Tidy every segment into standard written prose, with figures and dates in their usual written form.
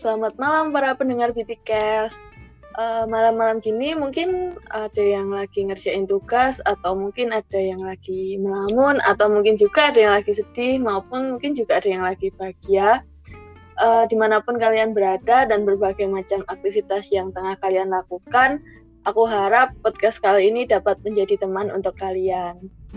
selamat malam para pendengar BTcast. Malam-malam gini mungkin ada yang lagi ngerjain tugas, atau mungkin ada yang lagi melamun, atau mungkin juga ada yang lagi sedih, maupun mungkin juga ada yang lagi bahagia. Dimanapun kalian berada dan berbagai macam aktivitas yang tengah kalian lakukan, aku harap podcast kali ini dapat menjadi teman untuk kalian.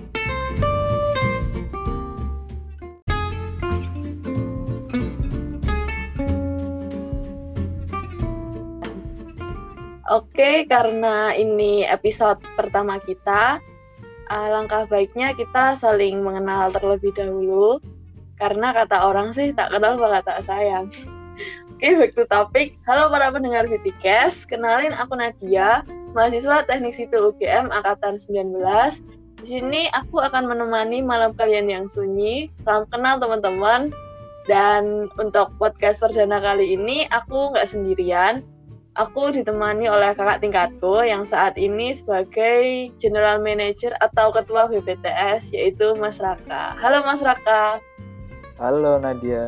Oke, karena ini episode pertama kita, langkah baiknya kita saling mengenal terlebih dahulu. Karena kata orang sih, tak kenal maka tak sayang. Oke, back to topic. Halo para pendengar BTcast, kenalin aku Nadia, mahasiswa Teknik Sipil UGM Angkatan 19. Di sini aku akan menemani malam kalian yang sunyi. Salam kenal teman-teman. Dan untuk podcast perdana kali ini, aku nggak sendirian. Aku ditemani oleh kakak tingkatku yang saat ini sebagai General Manager atau Ketua BPTS, yaitu Mas Raka. Halo Mas Raka. Halo Nadia.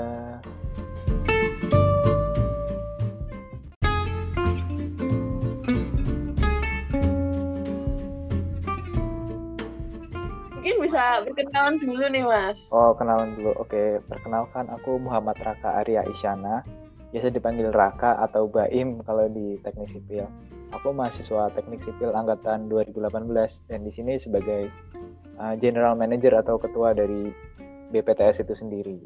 Mungkin bisa perkenalan dulu nih Mas. Oh, kenalan dulu. Oke, perkenalkan aku Muhammad Raka Arya Isyana. Biasa dipanggil Raka atau Baim kalau di Teknik Sipil. Aku mahasiswa Teknik Sipil angkatan 2018 dan di sini sebagai General Manager atau ketua dari BPTS itu sendiri.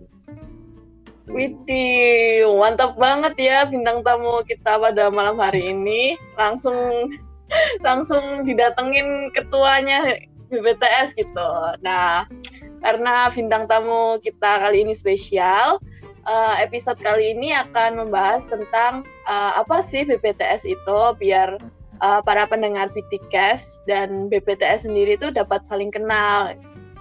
Widih, mantap banget ya bintang tamu kita pada malam hari ini. Langsung didatengin ketuanya BPTS gitu. Nah, karena bintang tamu kita kali ini spesial, episode kali ini akan membahas tentang apa sih BPTS itu, biar para pendengar BTcast dan BPTS sendiri itu dapat saling kenal.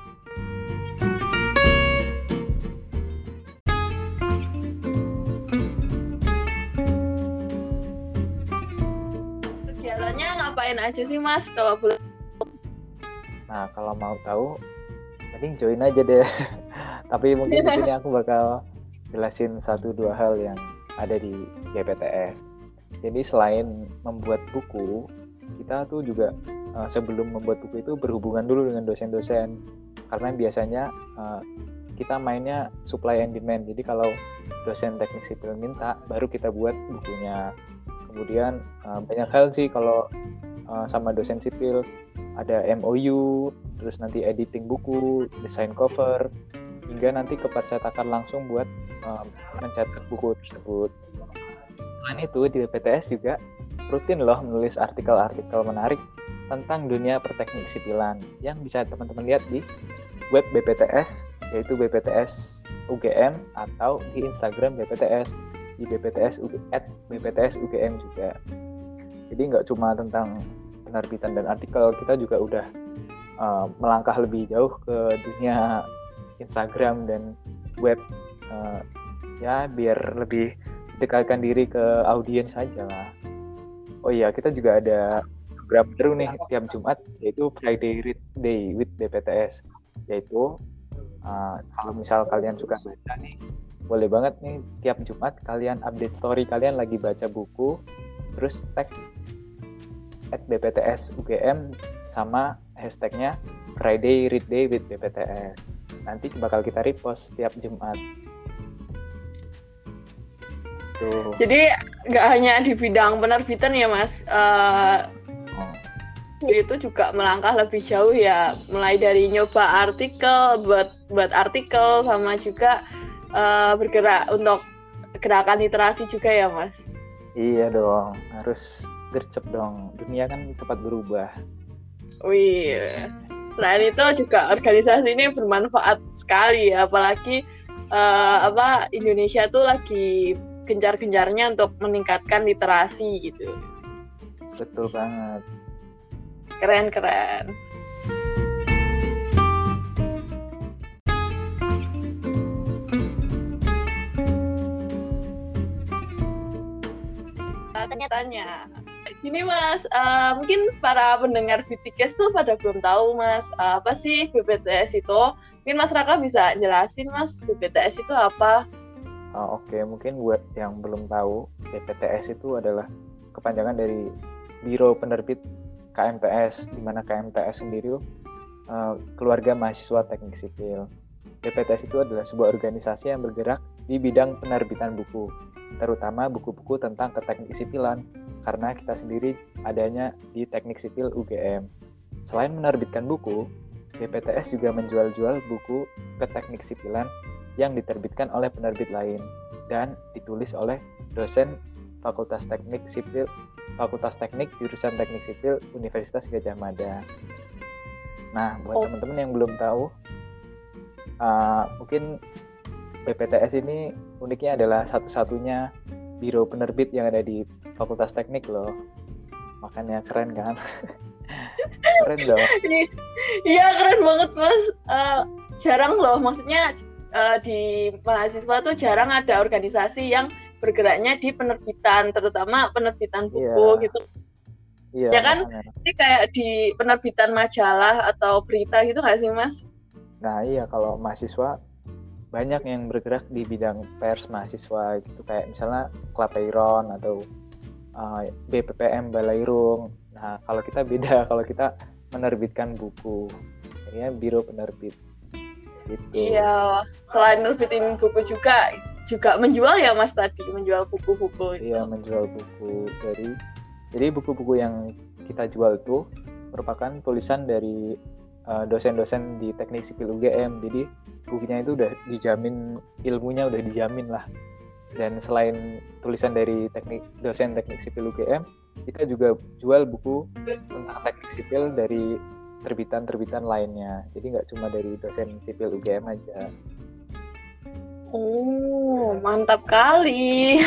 Kegiatannya ngapain aja sih Mas kalau boleh? Nah, kalau mau tahu, mending join aja deh. Tapi mungkin di sini aku bakal jelasin 1-2 hal yang ada di BPTS. Jadi selain membuat buku, kita tuh juga sebelum membuat buku itu berhubungan dulu dengan dosen-dosen. Karena biasanya kita mainnya supply and demand. Jadi kalau dosen teknik sipil minta, baru kita buat bukunya. Kemudian banyak hal sih kalau sama dosen sipil, ada MOU, terus nanti editing buku, desain cover, hingga nanti ke percetakan langsung buat mencetak buku tersebut. Selain itu di BPTS juga rutin loh menulis artikel-artikel menarik tentang dunia perteknik sipilan yang bisa teman-teman lihat di web BPTS, yaitu BPTS UGM, atau di Instagram BPTS di BPTS UGM juga. Jadi nggak cuma tentang penerbitan dan artikel, kita juga udah melangkah lebih jauh ke dunia Instagram dan web, ya biar lebih dekatkan diri ke audiens saja lah. Oh iya, kita juga ada program baru nih tiap Jumat, yaitu Friday Read Day with BPTS. Yaitu kalau misal kalian suka baca nih, boleh banget nih tiap Jumat kalian update story kalian lagi baca buku, terus tag @BPTS UGM sama hashtagnya Friday Read Day with BPTS. Nanti bakal kita repost tiap Jumat. Tuh. Jadi nggak hanya di bidang penerbitan ya Mas, itu juga melangkah lebih jauh ya, mulai dari nyoba artikel, buat artikel, sama juga bergerak untuk gerakan literasi juga ya Mas. Iya dong, harus gercep dong, dunia kan cepat berubah. Wih, selain itu juga organisasi ini bermanfaat sekali ya, apalagi Indonesia tuh lagi gencar-gencarnya untuk meningkatkan literasi gitu. Betul banget. Keren. Tanya. Gini Mas, mungkin para pendengar BTcast tuh pada belum tahu Mas, apa sih BPTS itu? Mungkin Mas Raka bisa jelasin Mas, BPTS itu apa? Oke, mungkin buat yang belum tahu, BPTS itu adalah kepanjangan dari Biro Penerbit KMTS, di mana KMTS sendiri keluarga mahasiswa teknik sipil. BPTS itu adalah sebuah organisasi yang bergerak di bidang penerbitan buku, terutama buku-buku tentang keteknik sipilan, karena kita sendiri adanya di teknik sipil UGM. Selain menerbitkan buku, BPTS juga menjual-jual buku keteknik sipilan yang diterbitkan oleh penerbit lain dan ditulis oleh dosen Fakultas Teknik Sipil, Fakultas Teknik jurusan Teknik Sipil Universitas Gadjah Mada. Nah, buat teman-teman yang belum tahu, mungkin BPTS ini uniknya adalah satu-satunya biro penerbit yang ada di Fakultas Teknik loh. Makanya keren kan? Keren dong. Iya, keren banget Mas. Jarang loh, maksudnya di mahasiswa tuh jarang ada organisasi yang bergeraknya di penerbitan, terutama penerbitan buku gitu. Iya, ya kan? Ini kayak di penerbitan majalah atau berita gitu nggak sih Mas? Nah iya, kalau mahasiswa banyak yang bergerak di bidang pers mahasiswa gitu, kayak misalnya Klapeiron atau BPPM Balairung. Nah kalau kita beda, kalau kita menerbitkan buku, akhirnya biro penerbit. Gitu. Iya, selain nerbitin buku juga menjual ya Mas tadi, menjual buku-buku itu. Iya, menjual buku jadi buku-buku yang kita jual itu merupakan tulisan dari dosen-dosen di Teknik Sipil UGM. Jadi bukunya itu udah dijamin, ilmunya udah dijamin lah. Dan selain tulisan dari dosen Teknik Sipil UGM, kita juga jual buku tentang teknik sipil dari terbitan-terbitan lainnya. Jadi nggak cuma dari dosen sipil UGM aja. Oh, mantap kali.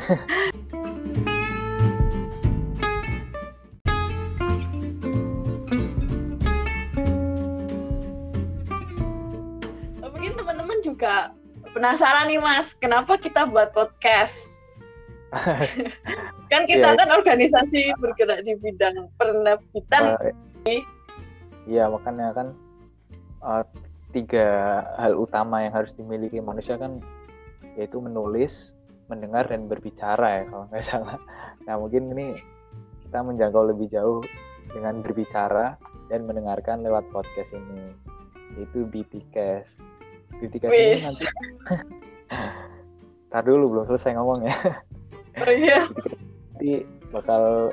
Mungkin teman-teman juga penasaran nih Mas, kenapa kita buat podcast? Kan kita kan organisasi bergerak di bidang penerbitan. Iya, makanya kan 3 hal utama yang harus dimiliki manusia kan, yaitu menulis, mendengar, dan berbicara ya kalau nggak salah. Nah mungkin ini kita menjangkau lebih jauh dengan berbicara dan mendengarkan lewat podcast ini, yaitu BTcast. BTcast ini nanti tar dulu, belum selesai ngomong ya. Oh iya. Nanti bakal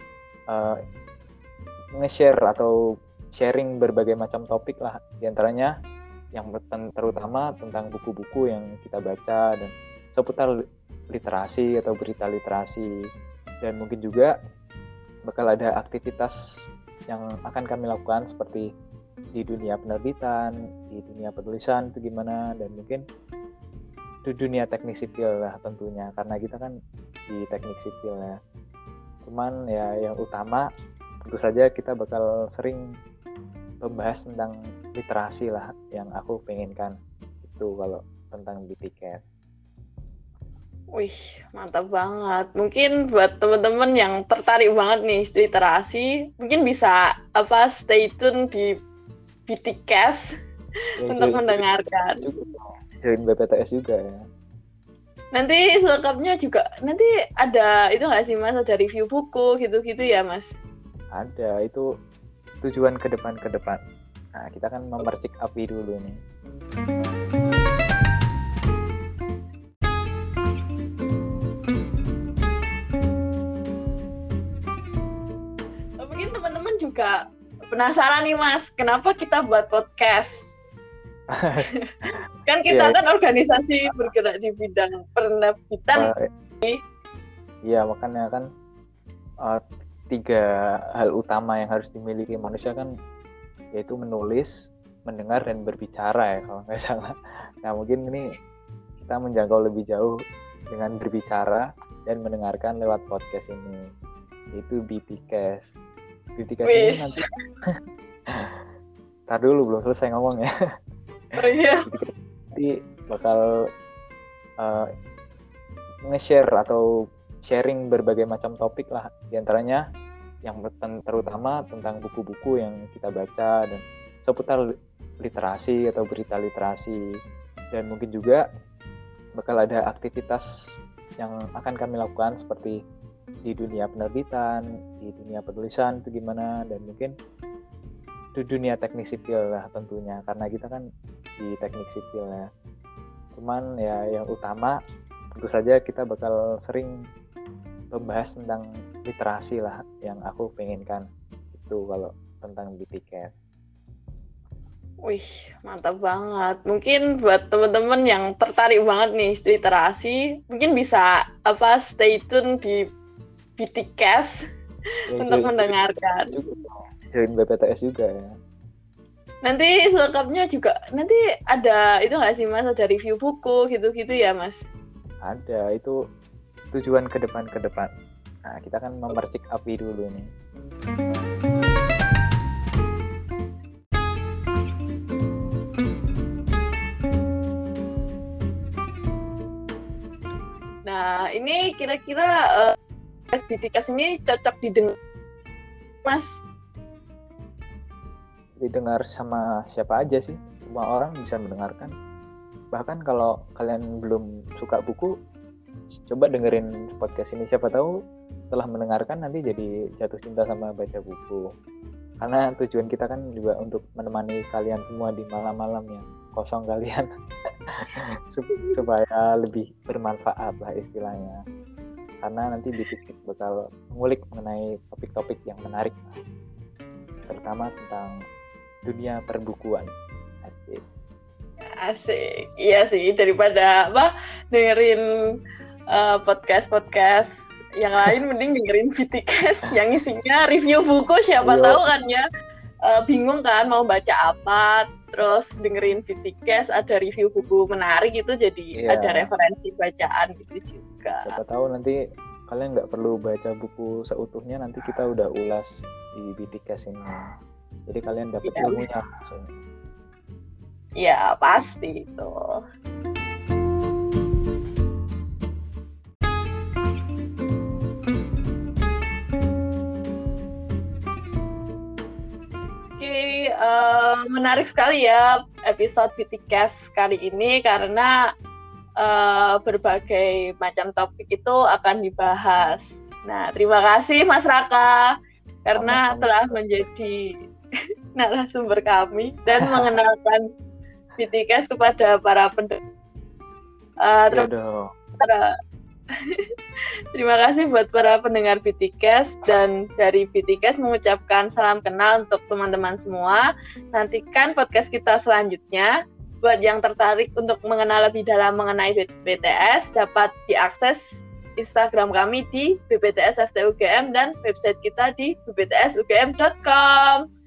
nge-share atau sharing berbagai macam topik lah, diantaranya yang terutama tentang buku-buku yang kita baca dan seputar literasi atau berita literasi, dan mungkin juga bakal ada aktivitas yang akan kami lakukan seperti di dunia penerbitan, di dunia penulisan itu gimana, dan mungkin di dunia teknik sipil lah tentunya, karena kita kan di teknik sipil ya. Cuman ya yang utama tentu saja kita bakal sering membahas tentang literasi lah yang aku pengenkan itu kalau tentang BTcast. Wih, mantap banget. Mungkin buat teman-teman yang tertarik banget nih literasi, mungkin bisa stay tune di BTcast untuk mendengarkan. Join BPTS juga ya. Nanti selengkapnya juga nanti ada itu nggak sih Mas, ada review buku gitu-gitu ya Mas? Ada, itu tujuan ke depan. Nah, kita kan memercik api dulu nih. Mungkin teman-teman juga penasaran nih Mas, kenapa kita buat podcast? Kan kita kan organisasi bergerak di bidang penerbitan. Iya, makanya kan 3 hal utama yang harus dimiliki manusia kan, yaitu menulis, mendengar, dan berbicara ya kalau nggak salah. Nah mungkin ini kita menjangkau lebih jauh dengan berbicara dan mendengarkan lewat podcast ini, yaitu BTcast. BTcast ini nanti tar dulu, belum selesai ngomong ya. Oh iya. Nanti bakal nge-share atau sharing berbagai macam topik lah, diantaranya yang terutama tentang buku-buku yang kita baca dan seputar literasi atau berita literasi, dan mungkin juga bakal ada aktivitas yang akan kami lakukan seperti di dunia penerbitan, di dunia penulisan itu gimana, dan mungkin di dunia teknik sipil lah tentunya, karena kita kan di teknik sipil ya. Cuman ya yang utama tentu saja kita bakal sering membahas tentang literasi lah yang aku pengenkan itu kalau tentang BTCast. Wih, mantap banget. Mungkin buat teman-teman yang tertarik banget nih literasi, mungkin bisa stay tune di BTCast untuk mendengarkan. Join BPTS juga ya. Nanti selengkapnya juga nanti ada itu nggak sih Mas, ada review buku gitu-gitu ya Mas? Ada, itu tujuan ke depan. Nah, kita kan memercik api dulu nih. Nah, ini kira-kira BTCast ini cocok didengar Mas? Didengar sama siapa aja sih, semua orang bisa mendengarkan. Bahkan kalau kalian belum suka buku, coba dengerin podcast ini, siapa tahu setelah mendengarkan nanti jadi jatuh cinta sama baca buku. Karena tujuan kita kan juga untuk menemani kalian semua di malam-malam yang kosong kalian supaya lebih bermanfaat lah istilahnya. Karena nanti BTCast bakal mengulik mengenai topik-topik yang menarik, terutama tentang dunia perbukuan. Asik. Iya sih, daripada dengerin podcast yang lain, mending dengerin BTCast yang isinya review buku. Siapa tahu kan ya bingung kan mau baca apa, terus dengerin BTCast ada review buku menarik gitu, jadi ada referensi bacaan gitu juga. Siapa tahu nanti kalian nggak perlu baca buku seutuhnya, nanti kita udah ulas di BTCast ini. Jadi kalian dapat ilmunya langsung. Ya, pasti itu. Oke, menarik sekali ya episode BTCast kali ini karena berbagai macam topik itu akan dibahas. Nah, terima kasih Mas Raka karena telah menjadi narasumber kami dan mengenalkan BTCast kepada para pendengar. Terima kasih buat para pendengar BTCast, dan dari BTCast mengucapkan salam kenal untuk teman-teman semua. Nantikan podcast kita selanjutnya. Buat yang tertarik untuk mengenal lebih dalam mengenai BPTS, dapat diakses Instagram kami di BPTS FTUGM dan website kita di bptsugm.com.